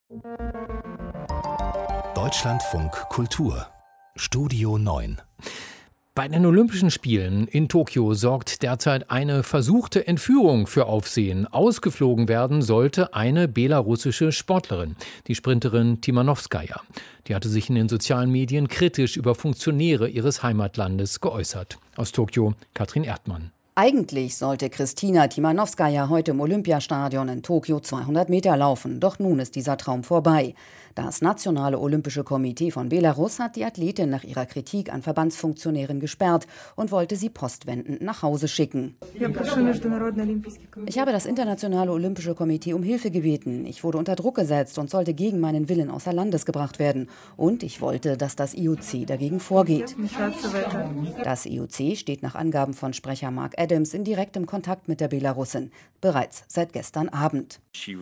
Deutschlandfunk Kultur Studio 9. Bei den Olympischen Spielen in Tokio sorgt derzeit eine versuchte Entführung für Aufsehen. Ausgeflogen werden sollte eine belarussische Sportlerin, die Sprinterin Timanowskaja. Die hatte sich in den sozialen Medien kritisch über Funktionäre ihres Heimatlandes geäußert. Aus Tokio, Katrin Erdmann. Eigentlich sollte Kristina Timanowskaja heute im Olympiastadion in Tokio 200 Meter laufen. Doch nun ist dieser Traum vorbei. Das Nationale Olympische Komitee von Belarus hat die Athletin nach ihrer Kritik an Verbandsfunktionären gesperrt und wollte sie postwendend nach Hause schicken. Ich habe das Internationale Olympische Komitee um Hilfe gebeten. Ich wurde unter Druck gesetzt und sollte gegen meinen Willen außer Landes gebracht werden. Und ich wollte, dass das IOC dagegen vorgeht. Das IOC steht nach Angaben von Sprecher Mark Adams in direktem Kontakt mit der Belarusin, bereits seit gestern Abend. Sie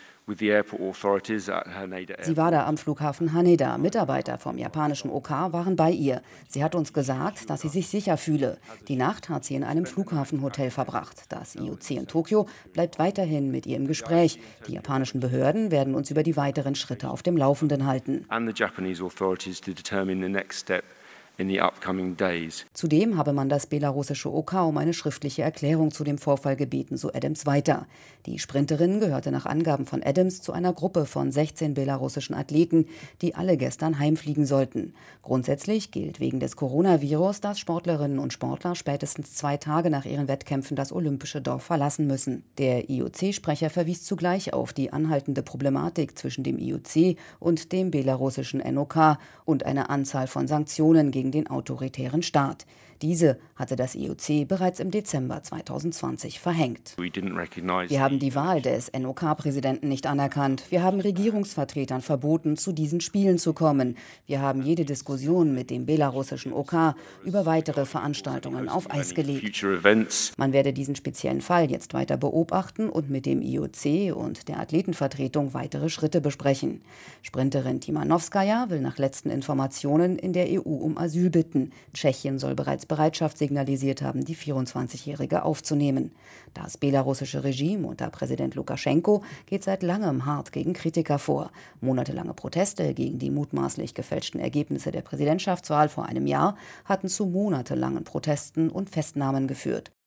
war da am Flughafen Haneda. Mitarbeiter vom japanischen OK waren bei ihr. Sie hat uns gesagt, dass sie sich sicher fühle. Die Nacht hat sie in einem Flughafenhotel verbracht. Das IOC in Tokio bleibt weiterhin mit ihr im Gespräch. Die japanischen Behörden werden uns über die weiteren Schritte auf dem Laufenden halten. Zudem habe man das belarussische OK um eine schriftliche Erklärung zu dem Vorfall gebeten, so Adams weiter. Die Sprinterin gehörte nach Angaben von Adams zu einer Gruppe von 16 belarussischen Athleten, die alle gestern heimfliegen sollten. Grundsätzlich gilt wegen des Coronavirus, dass Sportlerinnen und Sportler spätestens 2 Tage nach ihren Wettkämpfen das olympische Dorf verlassen müssen. Der IOC-Sprecher verwies zugleich auf die anhaltende Problematik zwischen dem IOC und dem belarussischen NOK und eine Anzahl von Sanktionen gegen den autoritären Staat. Diese hatte das IOC bereits im Dezember 2020 verhängt. Wir haben die Wahl des NOK-Präsidenten nicht anerkannt. Wir haben Regierungsvertretern verboten, zu diesen Spielen zu kommen. Wir haben jede Diskussion mit dem belarussischen OK über weitere Veranstaltungen auf Eis gelegt. Man werde diesen speziellen Fall jetzt weiter beobachten und mit dem IOC und der Athletenvertretung weitere Schritte besprechen. Sprinterin Timanowskaja will nach letzten Informationen in der EU um Asyl bitten. Tschechien soll bereits Bereitschaft signalisiert haben, die 24-Jährige aufzunehmen. Das belarussische Regime unter Präsident Lukaschenko geht seit langem hart gegen Kritiker vor. Monatelange Proteste gegen die mutmaßlich gefälschten Ergebnisse der Präsidentschaftswahl vor einem Jahr hatten zu monatelangen Protesten und Festnahmen geführt.